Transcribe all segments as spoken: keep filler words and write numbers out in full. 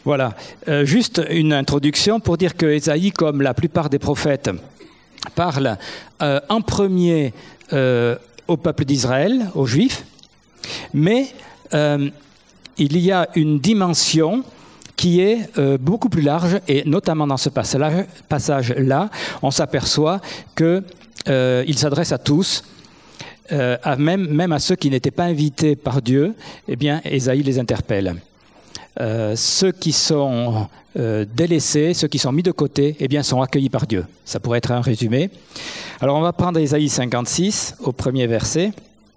Voilà, euh, juste une introduction pour dire que Ésaïe, comme la plupart des prophètes, parle euh, en premier euh, au peuple d'Israël, aux Juifs, mais euh, il y a une dimension qui est euh, beaucoup plus large, et notamment dans ce passage, passage-là, on s'aperçoit qu'il euh, s'adresse à tous, euh, à même, même à ceux qui n'étaient pas invités par Dieu. Eh bien, Ésaïe les interpelle. Euh, ceux qui sont euh, délaissés, ceux qui sont mis de côté, eh bien, sont accueillis par Dieu. Ça pourrait être un résumé. Alors, on va prendre Ésaïe cinquante-six, au premier verset.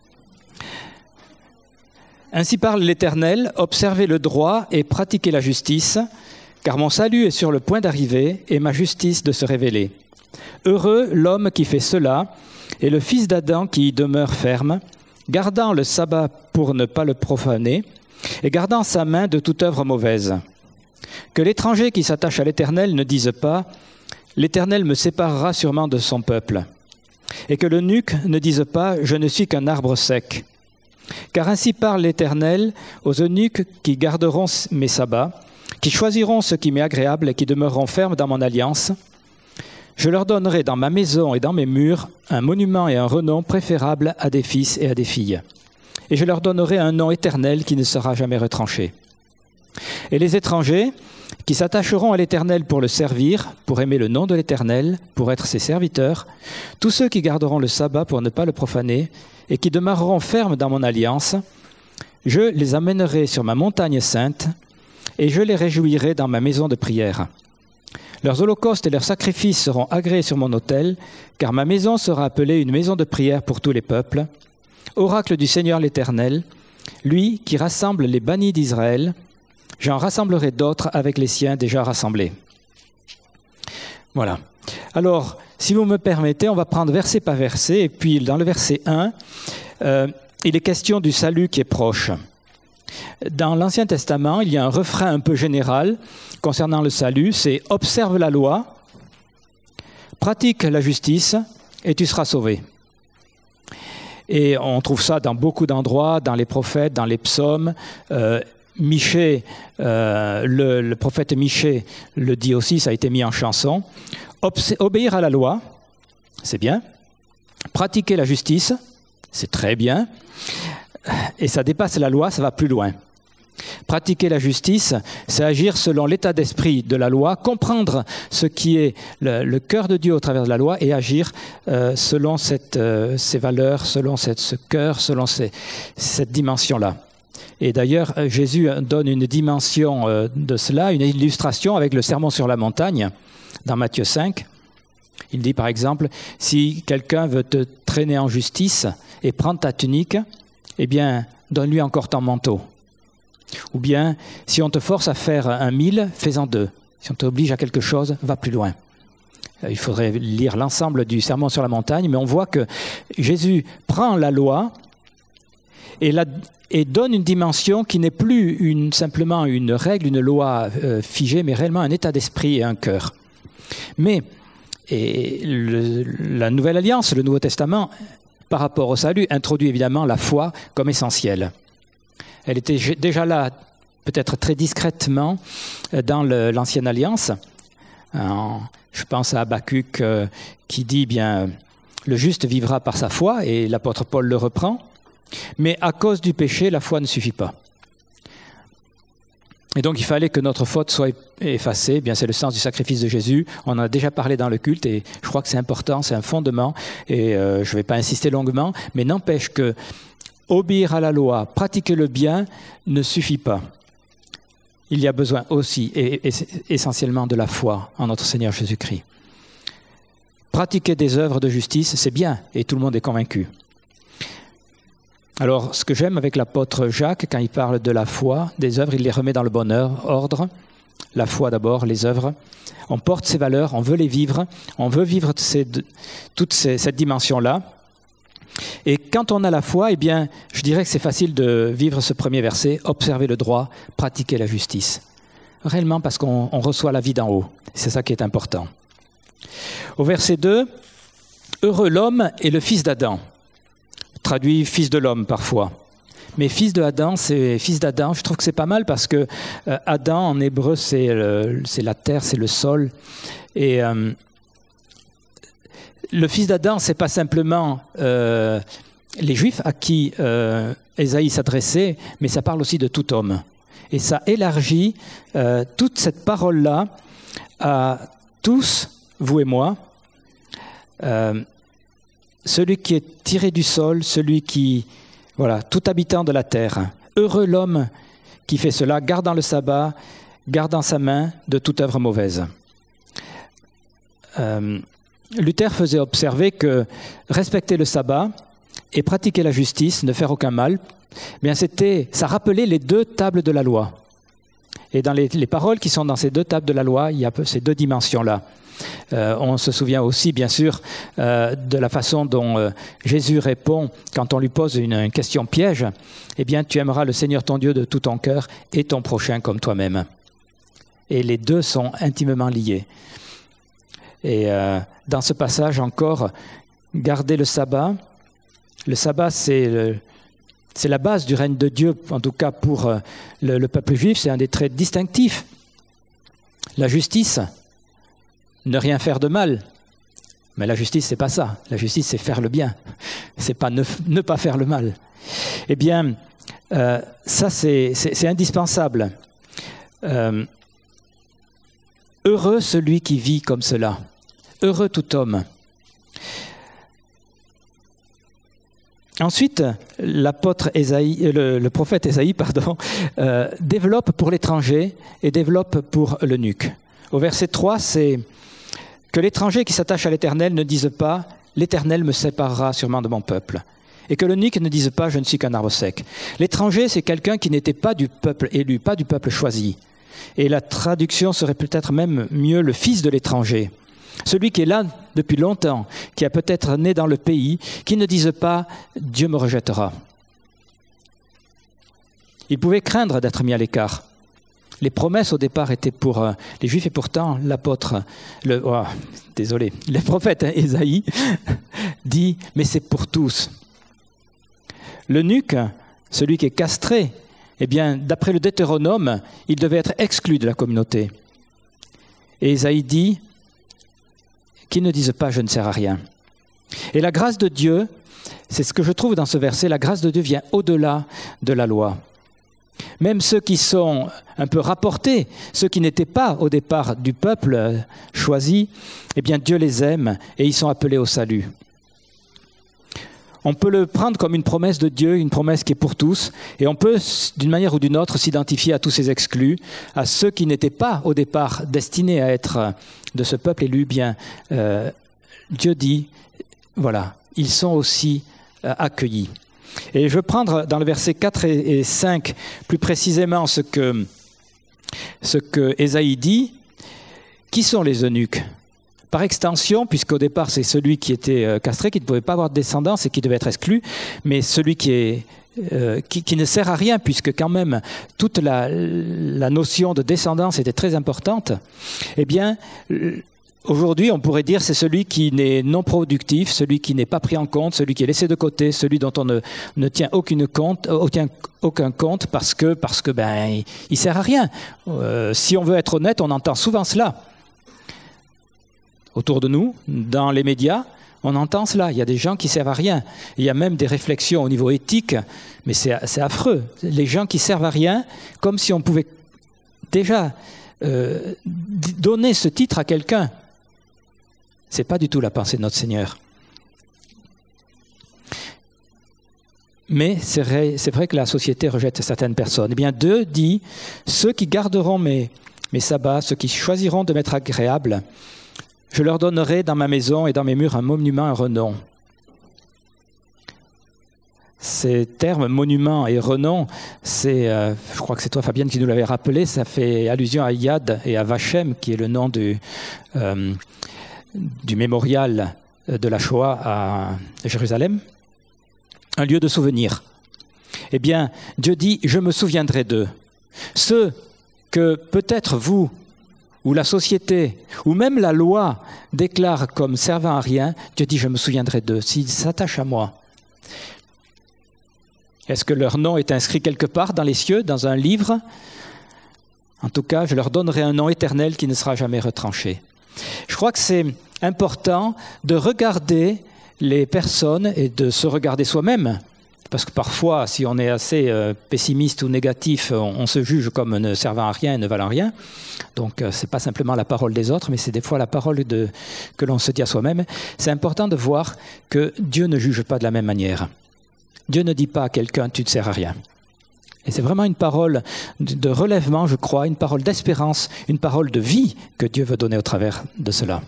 « Ainsi parle l'Éternel, observez le droit et pratiquez la justice, car mon salut est sur le point d'arriver et ma justice de se révéler. Heureux l'homme qui fait cela, et le fils d'Adam qui y demeure ferme, gardant le sabbat pour ne pas le profaner, et gardant sa main de toute œuvre mauvaise. Que l'étranger qui s'attache à l'Éternel ne dise pas « L'Éternel me séparera sûrement de son peuple », et que l'eunuque ne dise pas « Je ne suis qu'un arbre sec ». Car ainsi parle l'Éternel aux eunuques qui garderont mes sabbats, qui choisiront ce qui m'est agréable et qui demeureront fermes dans mon alliance. Je leur donnerai dans ma maison et dans mes murs un monument et un renom préférables à des fils et à des filles. Et je leur donnerai un nom éternel qui ne sera jamais retranché. Et les étrangers qui s'attacheront à l'Éternel pour le servir, pour aimer le nom de l'Éternel, pour être ses serviteurs, tous ceux qui garderont le sabbat pour ne pas le profaner, et qui demeureront fermes dans mon alliance, je les amènerai sur ma montagne sainte, et je les réjouirai dans ma maison de prière. Leurs holocaustes et leurs sacrifices seront agréés sur mon autel, car ma maison sera appelée une maison de prière pour tous les peuples. Oracle du Seigneur l'Éternel, lui qui rassemble les bannis d'Israël, j'en rassemblerai d'autres avec les siens déjà rassemblés. Voilà. Alors, si vous me permettez, on va prendre verset par verset, et puis dans le verset un, euh, il est question du salut qui est proche. Dans l'Ancien Testament, il y a un refrain un peu général concernant le salut, c'est « Observe la loi, pratique la justice, et tu seras sauvé ». Et on trouve ça dans beaucoup d'endroits, dans les prophètes, dans les psaumes. Euh, Michée, euh, le, le prophète Michée le dit aussi, ça a été mis en chanson. Obs- obéir à la loi, c'est bien. Pratiquer la justice, c'est très bien. Et ça dépasse la loi, ça va plus loin. Pratiquer la justice, c'est agir selon l'état d'esprit de la loi, comprendre ce qui est le, le cœur de Dieu au travers de la loi et agir euh, selon cette, euh, ces valeurs, selon cette, ce cœur, selon ces, cette dimension-là. Et d'ailleurs, Jésus donne une dimension euh, de cela, une illustration avec le sermon sur la montagne, dans Matthieu cinq. Il dit par exemple, si quelqu'un veut te traîner en justice et prendre ta tunique, eh bien, donne-lui encore ton manteau. Ou bien, si on te force à faire un mille, fais-en deux. Si on t'oblige à quelque chose, va plus loin. Il faudrait lire l'ensemble du sermon sur la montagne, mais on voit que Jésus prend la loi et, la, et donne une dimension qui n'est plus une, simplement une règle, une loi euh, figée, mais réellement un état d'esprit et un cœur. Mais et le, la Nouvelle Alliance, le Nouveau Testament, par rapport au salut, introduit évidemment la foi comme essentielle. Elle était déjà là, peut-être très discrètement, dans le, l'Ancienne Alliance. En, je pense à Habakkuk euh, qui dit, bien, le juste vivra par sa foi, et l'apôtre Paul le reprend. Mais à cause du péché, la foi ne suffit pas. Et donc, il fallait que notre faute soit effacée. Eh bien, c'est le sens du sacrifice de Jésus. On en a déjà parlé dans le culte, et je crois que c'est important, c'est un fondement. Et euh, je ne vais pas insister longuement, mais n'empêche que obéir à la loi, pratiquer le bien, ne suffit pas. Il y a besoin aussi, et, et essentiellement, de la foi en notre Seigneur Jésus-Christ. Pratiquer des œuvres de justice, c'est bien, et tout le monde est convaincu. Alors, ce que j'aime avec l'apôtre Jacques, quand il parle de la foi, des œuvres, il les remet dans le bon ordre. La foi d'abord, les œuvres. On porte ces valeurs, on veut les vivre, on veut vivre ces, toute ces, cette dimension-là. Et quand on a la foi, eh bien, je dirais que c'est facile de vivre ce premier verset, observer le droit, pratiquer la justice. Réellement parce qu'on on reçoit la vie d'en haut. C'est ça qui est important. Au verset deux, « Heureux l'homme et le fils d'Adam », traduit « fils de l'homme » parfois. mais fils de Adam, c'est fils d'Adam. Je trouve que c'est pas mal parce que euh, Adam en hébreu c'est, le, c'est la terre, c'est le sol. Et euh, le fils d'Adam, c'est pas simplement euh, les Juifs à qui euh, Ésaïe s'adressait, mais ça parle aussi de tout homme. Et ça élargit euh, toute cette parole-là à tous, vous et moi. Euh, celui qui est tiré du sol, celui qui, voilà, tout habitant de la terre. Heureux l'homme qui fait cela, gardant le sabbat, gardant sa main de toute œuvre mauvaise. Euh, Luther faisait observer que respecter le sabbat et pratiquer la justice, ne faire aucun mal, eh bien c'était, ça rappelait les deux tables de la loi. Et dans les, les paroles qui sont dans ces deux tables de la loi, il y a ces deux dimensions-là. Euh, on se souvient aussi, bien sûr, euh, de la façon dont euh, Jésus répond quand on lui pose une, une question piège. Eh bien, tu aimeras le Seigneur ton Dieu de tout ton cœur et ton prochain comme toi-même. Et les deux sont intimement liés. Et euh, dans ce passage encore, garder le sabbat. Le sabbat, c'est, le, c'est la base du règne de Dieu, en tout cas pour euh, le, le peuple juif, c'est un des traits distinctifs. La justice, ne rien faire de mal. Mais la justice, c'est pas ça. La justice, c'est faire le bien. C'est pas ne, ne pas faire le mal. Eh bien, euh, ça, c'est, c'est, c'est indispensable. Euh, heureux celui qui vit comme cela. Heureux tout homme. Ensuite, l'apôtre Ésaïe, le, le prophète Ésaïe, pardon, euh, développe pour l'étranger et développe pour l'eunuque. Au verset trois, c'est que l'étranger qui s'attache à l'Éternel ne dise pas « l'Éternel me séparera sûrement de mon peuple ». Et que l'eunuque ne dise pas « je ne suis qu'un arbre sec ». L'étranger, c'est quelqu'un qui n'était pas du peuple élu, pas du peuple choisi. Et la traduction serait peut-être même mieux « le fils de l'étranger ». Celui qui est là depuis longtemps, qui a peut-être né dans le pays, qui ne dise pas « Dieu me rejettera ». Il pouvait craindre d'être mis à l'écart. Les promesses au départ étaient pour euh, les Juifs et pourtant l'apôtre, le, oh, désolé, le prophète hein, Ésaïe dit « mais c'est pour tous ». L'eunuque, celui qui est castré, eh bien, d'après le Deutéronome, il devait être exclu de la communauté. Et Ésaïe dit « qu'ils ne disent pas « je ne sers à rien ». Et la grâce de Dieu, c'est ce que je trouve dans ce verset, la grâce de Dieu vient au-delà de la loi. Même ceux qui sont un peu rapportés, ceux qui n'étaient pas au départ du peuple choisi, eh bien Dieu les aime et ils sont appelés au salut. On peut le prendre comme une promesse de Dieu, une promesse qui est pour tous, et on peut, d'une manière ou d'une autre, s'identifier à tous ces exclus, à ceux qui n'étaient pas au départ destinés à être de ce peuple élu. Bien, euh, Dieu dit, voilà, ils sont aussi euh, accueillis. Et je veux prendre dans le verset quatre et cinq plus précisément ce que, ce que Ésaïe dit. Qui sont les eunuques ? Par extension, puisqu'au départ c'est celui qui était castré, qui ne pouvait pas avoir de descendance et qui devait être exclu, mais celui qui, est, euh, qui, qui ne sert à rien, puisque quand même toute la, la notion de descendance était très importante, eh bien, aujourd'hui on pourrait dire c'est celui qui n'est non productif, celui qui n'est pas pris en compte, celui qui est laissé de côté, celui dont on ne, ne tient aucune compte, aucun, aucun compte parce que, parce que ben, il ne sert à rien. Euh, si on veut être honnête, on entend souvent cela. Autour de nous, dans les médias, on entend cela. Il y a des gens qui ne servent à rien. Il y a même des réflexions au niveau éthique, mais c'est, c'est affreux. Les gens qui ne servent à rien, comme si on pouvait déjà euh, donner ce titre à quelqu'un. Ce n'est pas du tout la pensée de notre Seigneur. Mais c'est vrai, c'est vrai que la société rejette certaines personnes. Eh bien, Dieu dit, ceux qui garderont mes, mes sabbats, ceux qui choisiront de m'être agréables, je leur donnerai dans ma maison et dans mes murs un monument, un renom. Ces termes monument et renom, c'est, euh, je crois que c'est toi Fabienne qui nous l'avait rappelé, ça fait allusion à Yad et à Vachem, qui est le nom du, euh, du mémorial de la Shoah à Jérusalem, un lieu de souvenir. Eh bien, Dieu dit, je me souviendrai d'eux. Ceux que peut-être vous, ou la société, ou même la loi déclare comme servant à rien, Dieu dit, je me souviendrai d'eux, s'ils s'attachent à moi. Est-ce que leur nom est inscrit quelque part dans les cieux, dans un livre? En tout cas, je leur donnerai un nom éternel qui ne sera jamais retranché. Je crois que c'est important de regarder les personnes et de se regarder soi-même. Parce que parfois, si on est assez euh, pessimiste ou négatif, on, on se juge comme ne servant à rien et ne valant rien. Donc, euh, ce n'est pas simplement la parole des autres, mais c'est des fois la parole de, que l'on se dit à soi-même. C'est important de voir que Dieu ne juge pas de la même manière. Dieu ne dit pas à quelqu'un « tu ne sers à rien ». Et c'est vraiment une parole de relèvement, je crois, une parole d'espérance, une parole de vie que Dieu veut donner au travers de cela.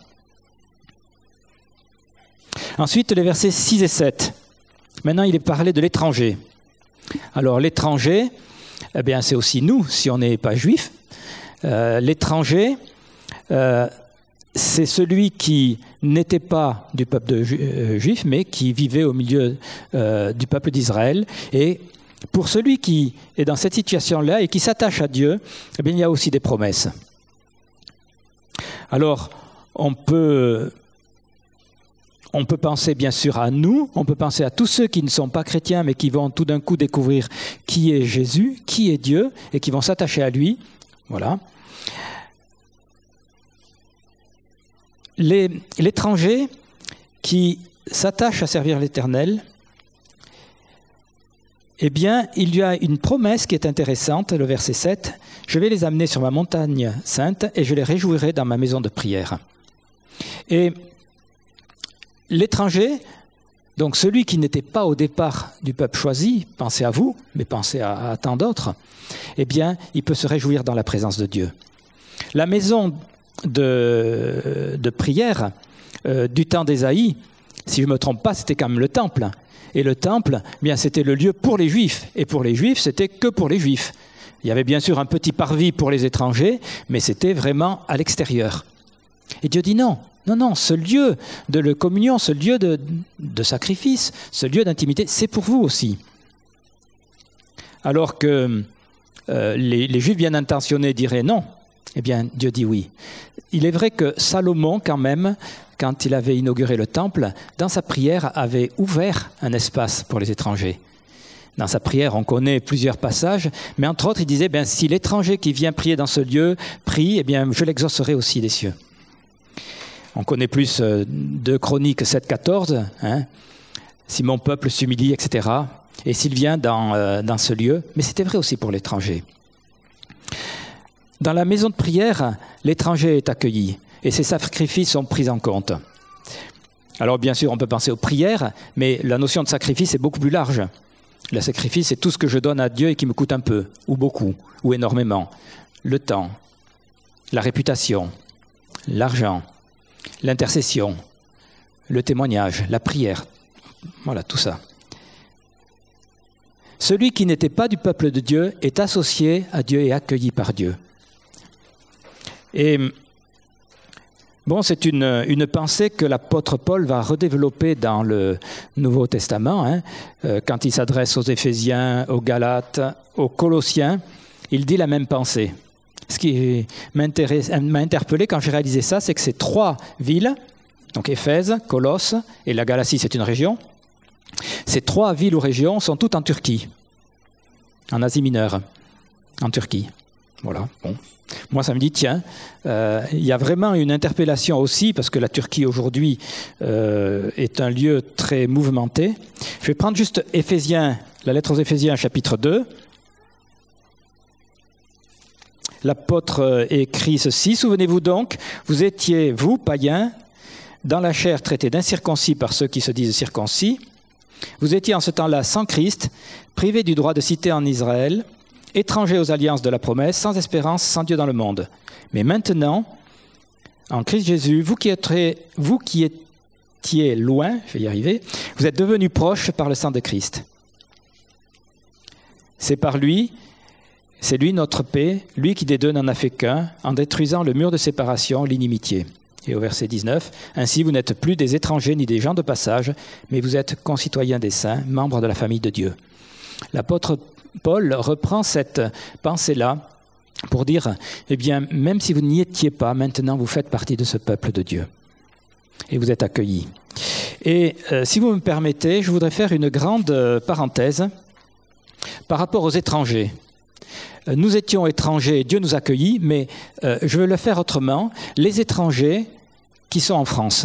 Ensuite, les versets six et sept. Maintenant, il est parlé de l'étranger. Alors, l'étranger, eh bien, c'est aussi nous, si on n'est pas juif. Euh, l'étranger, euh, c'est celui qui n'était pas du peuple de ju- euh, juif, mais qui vivait au milieu euh, du peuple d'Israël. Et pour celui qui est dans cette situation-là et qui s'attache à Dieu, eh bien, il y a aussi des promesses. Alors, on peut... On peut penser bien sûr à nous, on peut penser à tous ceux qui ne sont pas chrétiens mais qui vont tout d'un coup découvrir qui est Jésus, qui est Dieu et qui vont s'attacher à lui. Voilà. Les, l'étranger qui s'attache à servir l'Éternel, eh bien, il y a une promesse qui est intéressante, le verset sept. « Je vais les amener sur ma montagne sainte et je les réjouirai dans ma maison de prière. » Et l'étranger, donc celui qui n'était pas au départ du peuple choisi, pensez à vous, mais pensez à, à tant d'autres, eh bien, il peut se réjouir dans la présence de Dieu. La maison de, de prière euh, du temps d'Ésaïe, si je ne me trompe pas, c'était quand même le temple. Et le temple, eh bien, c'était le lieu pour les Juifs. Et pour les Juifs, c'était que pour les Juifs. Il y avait bien sûr un petit parvis pour les étrangers, mais c'était vraiment à l'extérieur. Et Dieu dit non. Non, non, ce lieu de communion, ce lieu de, de sacrifice, ce lieu d'intimité, c'est pour vous aussi. Alors que euh, les, les Juifs bien intentionnés diraient non, eh bien Dieu dit oui. Il est vrai que Salomon, quand même, quand il avait inauguré le temple, dans sa prière avait ouvert un espace pour les étrangers. Dans sa prière, on connaît plusieurs passages, mais entre autres, il disait, bien, si l'étranger qui vient prier dans ce lieu prie, eh bien, je l'exaucerai aussi des cieux. On connaît plus euh, de Chroniques sept quatorze, hein, si mon peuple s'humilie, et cetera. Et s'il vient dans, euh, dans ce lieu, mais c'était vrai aussi pour l'étranger. Dans la maison de prière, l'étranger est accueilli et ses sacrifices sont pris en compte. Alors bien sûr, on peut penser aux prières, mais la notion de sacrifice est beaucoup plus large. Le sacrifice, c'est tout ce que je donne à Dieu et qui me coûte un peu, ou beaucoup, ou énormément. Le temps, la réputation, l'argent, l'intercession, le témoignage, la prière, voilà, tout ça. Celui qui n'était pas du peuple de Dieu est associé à Dieu et accueilli par Dieu. Et bon, c'est une, une pensée que l'apôtre Paul va redévelopper dans le Nouveau Testament, hein, euh, quand il s'adresse aux Éphésiens, aux Galates, aux Colossiens, il dit la même pensée. Ce qui m'a interpellé quand j'ai réalisé ça, c'est que ces trois villes, donc Éphèse, Colosse et la Galatie, c'est une région, ces trois villes ou régions sont toutes en Turquie, en Asie mineure, en Turquie. Voilà, bon. Moi, ça me dit, tiens, euh, il y a vraiment une interpellation aussi, parce que la Turquie aujourd'hui euh, est un lieu très mouvementé. Je vais prendre juste Éphésiens, la lettre aux Éphésiens, chapitre deux. L'apôtre écrit ceci, « Souvenez-vous donc, vous étiez, vous, païens, dans la chair traités d'incirconcis par ceux qui se disent circoncis. Vous étiez en ce temps-là sans Christ, privés du droit de cité en Israël, étrangers aux alliances de la promesse, sans espérance, sans Dieu dans le monde. Mais maintenant, en Christ Jésus, vous qui, étiez, vous qui étiez loin, je vais y arriver, vous êtes devenus proches par le sang de Christ. C'est par lui... C'est lui notre paix, lui qui des deux n'en a fait qu'un, en détruisant le mur de séparation, l'inimitié. » Et au verset dix-neuf, « Ainsi vous n'êtes plus des étrangers ni des gens de passage, mais vous êtes concitoyens des saints, membres de la famille de Dieu. » L'apôtre Paul reprend cette pensée-là pour dire, eh bien, même si vous n'y étiez pas, maintenant vous faites partie de ce peuple de Dieu. Et vous êtes accueillis. Et euh, si vous me permettez, je voudrais faire une grande euh, parenthèse par rapport aux étrangers. Nous étions étrangers et Dieu nous a accueillis, mais euh, je veux le faire autrement. Les étrangers qui sont en France.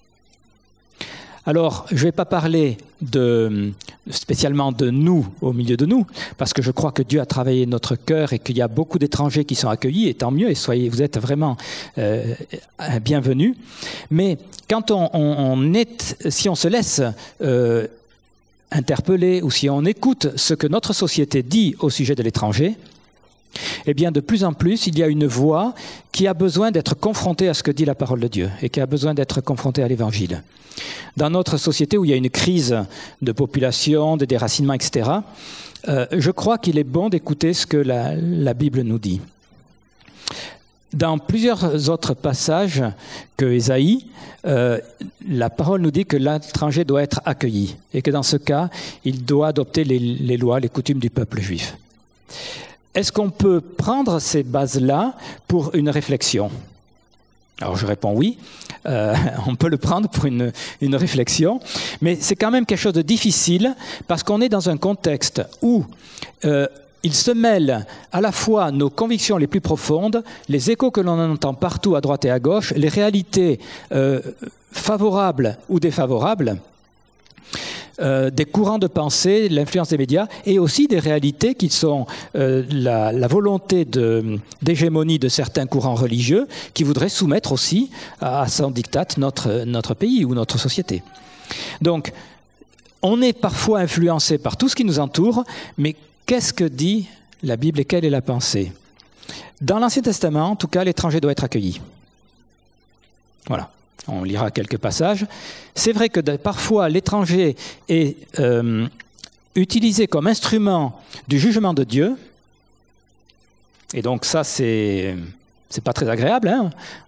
Alors, je ne vais pas parler de, spécialement de nous, au milieu de nous, parce que je crois que Dieu a travaillé notre cœur et qu'il y a beaucoup d'étrangers qui sont accueillis, et tant mieux, et soyez, vous êtes vraiment euh, bienvenus. Mais quand on, on, on est, si on se laisse euh, interpeller, ou si on écoute ce que notre société dit au sujet de l'étranger, eh bien, de plus en plus, il y a une voix qui a besoin d'être confrontée à ce que dit la parole de Dieu et qui a besoin d'être confrontée à l'Évangile. Dans notre société où il y a une crise de population, de déracinement, et cetera, euh, je crois qu'il est bon d'écouter ce que la, la Bible nous dit. Dans plusieurs autres passages que Ésaïe, euh, la parole nous dit que l'étranger doit être accueilli et que dans ce cas, il doit adopter les, les lois, les coutumes du peuple juif. Est-ce qu'on peut prendre ces bases-là pour une réflexion ? Alors je réponds oui, euh, on peut le prendre pour une, une réflexion, mais c'est quand même quelque chose de difficile parce qu'on est dans un contexte où euh, il se mêle à la fois nos convictions les plus profondes, les échos que l'on entend partout à droite et à gauche, les réalités euh, favorables ou défavorables, Euh, des courants de pensée, l'influence des médias, et aussi des réalités qui sont euh, la, la volonté de, d'hégémonie de certains courants religieux qui voudraient soumettre aussi à, à son diktat notre, notre pays ou notre société. Donc, on est parfois influencé par tout ce qui nous entoure, mais qu'est-ce que dit la Bible et quelle est la pensée ? Dans l'Ancien Testament, en tout cas, l'étranger doit être accueilli. Voilà. On lira quelques passages. C'est vrai que parfois l'étranger est euh, utilisé comme instrument du jugement de Dieu. Et donc ça, c'est, c'est pas très agréable. Hein ?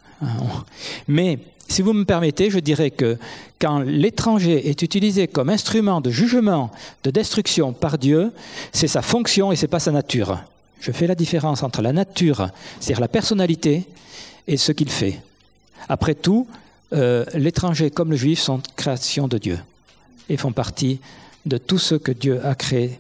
Mais si vous me permettez, je dirais que quand l'étranger est utilisé comme instrument de jugement, de destruction par Dieu, c'est sa fonction et c'est pas sa nature. Je fais la différence entre la nature, c'est-à-dire la personnalité, et ce qu'il fait. Après tout, Euh, l'étranger comme le juif sont création de Dieu et font partie de tout ce que Dieu a créé.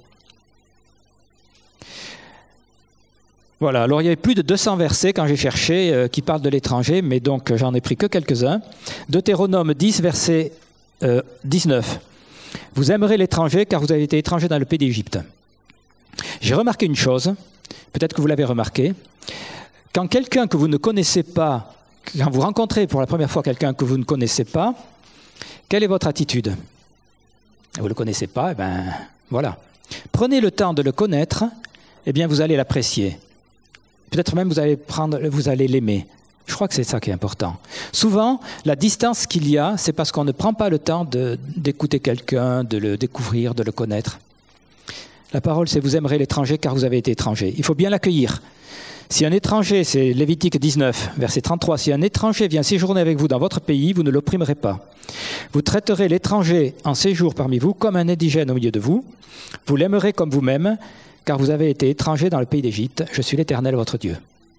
Voilà, alors il y avait plus de deux cents versets quand j'ai cherché euh, qui parlent de l'étranger, mais donc j'en ai pris que quelques-uns. Deutéronome dix, verset euh, dix-neuf. Vous aimerez l'étranger car vous avez été étranger dans le pays d'Égypte. J'ai remarqué une chose, peut-être que vous l'avez remarqué, quand quelqu'un que vous ne connaissez pas Quand vous rencontrez pour la première fois quelqu'un que vous ne connaissez pas, quelle est votre attitude ? Vous ne le connaissez pas, eh bien, voilà. Prenez le temps de le connaître, eh bien, vous allez l'apprécier. Peut-être même vous allez prendre, vous allez l'aimer. Je crois que c'est ça qui est important. Souvent, la distance qu'il y a, c'est parce qu'on ne prend pas le temps de, d'écouter quelqu'un, de le découvrir, de le connaître. La parole, c'est « vous aimerez l'étranger car vous avez été étranger ». Il faut bien l'accueillir. Si un étranger, c'est Lévitique dix-neuf, verset trente-trois, si un étranger vient séjourner avec vous dans votre pays, vous ne l'opprimerez pas. Vous traiterez l'étranger en séjour parmi vous comme un indigène au milieu de vous. Vous l'aimerez comme vous-même, car vous avez été étranger dans le pays d'Égypte. Je suis l'Éternel, votre Dieu.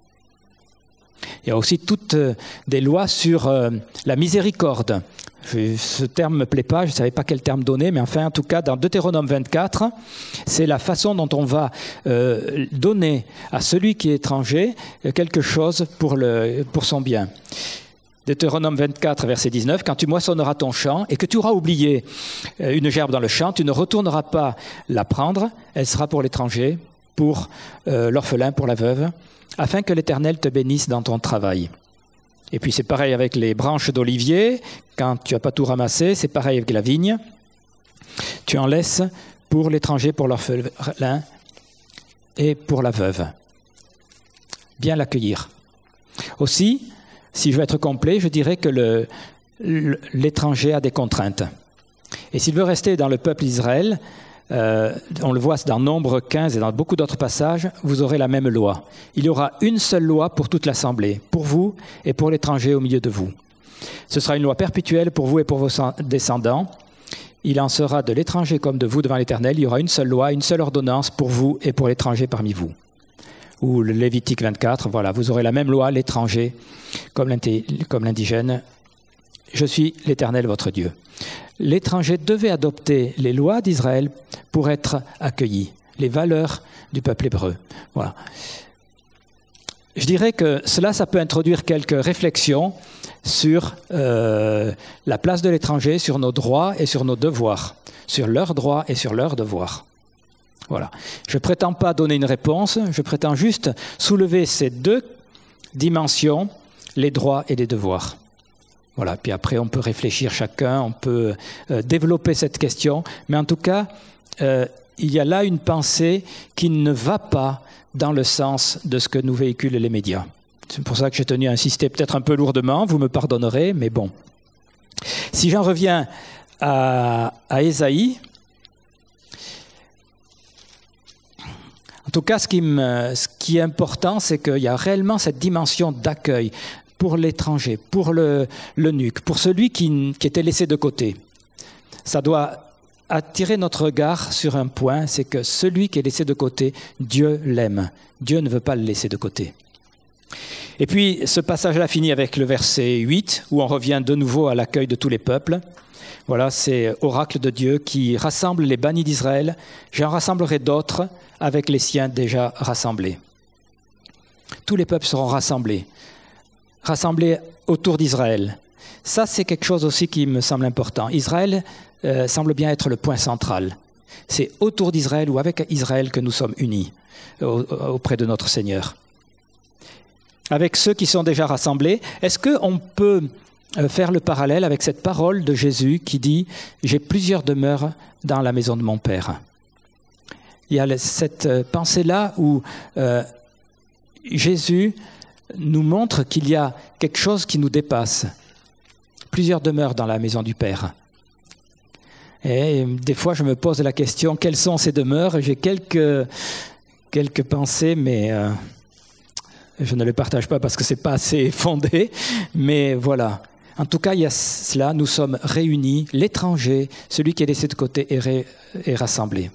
Il y a aussi toutes euh, des lois sur euh, la miséricorde. Je, ce terme ne me plaît pas, je ne savais pas quel terme donner, mais enfin, en tout cas, dans Deutéronome vingt-quatre, c'est la façon dont on va euh, donner à celui qui est étranger quelque chose pour, le, pour son bien. Deutéronome vingt-quatre, verset dix-neuf, « Quand tu moissonneras ton champ et que tu auras oublié une gerbe dans le champ, tu ne retourneras pas la prendre, elle sera pour l'étranger, pour euh, l'orphelin, pour la veuve, afin que l'Éternel te bénisse dans ton travail. » Et puis c'est pareil avec les branches d'olivier, quand tu n'as pas tout ramassé, c'est pareil avec la vigne. Tu en laisses pour l'étranger, pour l'orphelin et pour la veuve. Bien l'accueillir. Aussi, si je veux être complet, je dirais que le, le, l'étranger a des contraintes. Et s'il veut rester dans le peuple d'Israël, Euh, on le voit dans Nombre quinze et dans beaucoup d'autres passages, vous aurez la même loi. Il y aura une seule loi pour toute l'assemblée, pour vous et pour l'étranger au milieu de vous. Ce sera une loi perpétuelle pour vous et pour vos descendants. Il en sera de l'étranger comme de vous devant l'Éternel. Il y aura une seule loi, une seule ordonnance pour vous et pour l'étranger parmi vous. Ou le Lévitique vingt-quatre, voilà, vous aurez la même loi, l'étranger comme, comme l'indigène. Je suis l'Éternel, votre Dieu. L'étranger devait adopter les lois d'Israël pour être accueilli. les valeurs du peuple hébreu. Voilà. Je dirais que cela, ça peut introduire quelques réflexions sur euh, la place de l'étranger, sur nos droits et sur nos devoirs, sur leurs droits et sur leurs devoirs. Voilà. Je ne prétends pas donner une réponse, je prétends juste soulever ces deux dimensions, les droits et les devoirs. Voilà. Puis après, on peut réfléchir chacun, on peut euh, développer cette question, mais en tout cas, euh, il y a là une pensée qui ne va pas dans le sens de ce que nous véhiculent les médias. C'est pour ça que j'ai tenu à insister peut-être un peu lourdement, vous me pardonnerez, mais bon. Si j'en reviens à, à Ésaïe, en tout cas, ce qui, me, ce qui est important, c'est qu'il y a réellement cette dimension d'accueil pour l'étranger, pour le, l'eunuque, pour celui qui, qui était laissé de côté. Ça doit attirer notre regard sur un point, c'est que celui qui est laissé de côté, Dieu l'aime. Dieu ne veut pas le laisser de côté. Et puis, ce passage-là finit avec le verset huit, où on revient de nouveau à l'accueil de tous les peuples. Voilà, c'est oracle de Dieu qui rassemble les bannis d'Israël. J'en rassemblerai d'autres avec les siens déjà rassemblés. Tous les peuples seront rassemblés, rassemblés autour d'Israël. Ça, c'est quelque chose aussi qui me semble important. Israël euh, semble bien être le point central. C'est autour d'Israël ou avec Israël que nous sommes unis au, auprès de notre Seigneur. Avec ceux qui sont déjà rassemblés, est-ce qu'on peut faire le parallèle avec cette parole de Jésus qui dit « J'ai plusieurs demeures dans la maison de mon Père ». Il y a cette pensée-là où euh, Jésus nous montre qu'il y a quelque chose qui nous dépasse. Plusieurs demeures dans la maison du Père. Et des fois, je me pose la question, quelles sont ces demeures ? J'ai quelques, quelques pensées, mais euh, je ne les partage pas parce que ce n'est pas assez fondé. Mais voilà. En tout cas, il y a cela, nous sommes réunis, l'étranger, celui qui est laissé de côté est, ré, est rassemblé.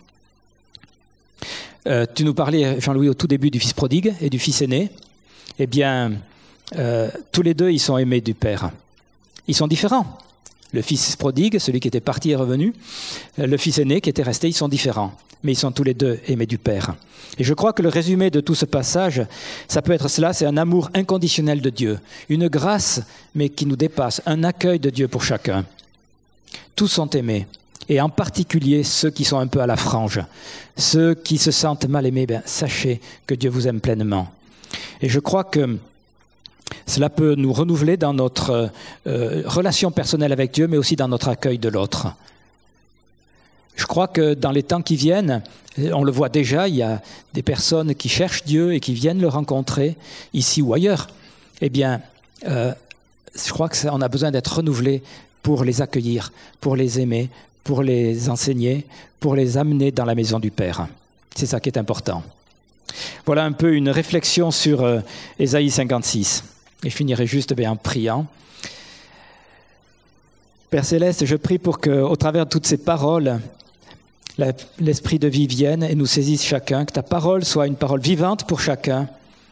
Euh, tu nous parlais, Jean-Louis, au tout début du fils prodigue et du fils aîné. Eh bien, euh, tous les deux, ils sont aimés du Père. Ils sont différents. Le fils prodigue, celui qui était parti et revenu, le fils aîné qui était resté, ils sont différents. Mais ils sont tous les deux aimés du Père. Et je crois que le résumé de tout ce passage, ça peut être cela, c'est un amour inconditionnel de Dieu, une grâce, mais qui nous dépasse, un accueil de Dieu pour chacun. Tous sont aimés, et en particulier ceux qui sont un peu à la frange, ceux qui se sentent mal aimés, ben, sachez que Dieu vous aime pleinement. Et je crois que cela peut nous renouveler dans notre euh, relation personnelle avec Dieu, mais aussi dans notre accueil de l'autre. Je crois que dans les temps qui viennent, on le voit déjà, il y a des personnes qui cherchent Dieu et qui viennent le rencontrer, ici ou ailleurs. Eh bien, euh, je crois qu'on a besoin d'être renouvelés pour les accueillir, pour les aimer, pour les enseigner, pour les amener dans la maison du Père. C'est ça qui est important. Voilà un peu une réflexion sur euh, Ésaïe cinquante-six. Et je finirai juste bien, en priant. Père Céleste, je prie pour qu'au travers de toutes ces paroles, la, l'esprit de vie vienne et nous saisisse chacun, que ta parole soit une parole vivante pour chacun.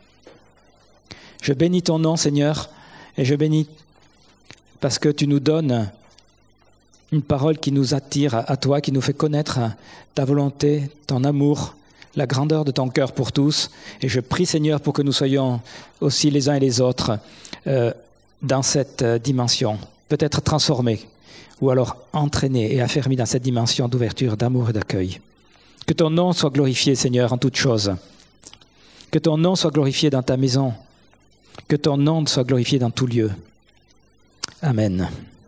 Je bénis ton nom, Seigneur, et je bénis parce que tu nous donnes une parole qui nous attire à toi, qui nous fait connaître ta volonté, ton amour, la grandeur de ton cœur pour tous. Et je prie, Seigneur, pour que nous soyons aussi les uns et les autres euh, dans cette euh, dimension, peut-être transformés, ou alors entraînés et affermis dans cette dimension d'ouverture, d'amour et d'accueil. Que ton nom soit glorifié, Seigneur, en toutes choses. Que ton nom soit glorifié dans ta maison. Que ton nom soit glorifié dans tout lieu. Amen.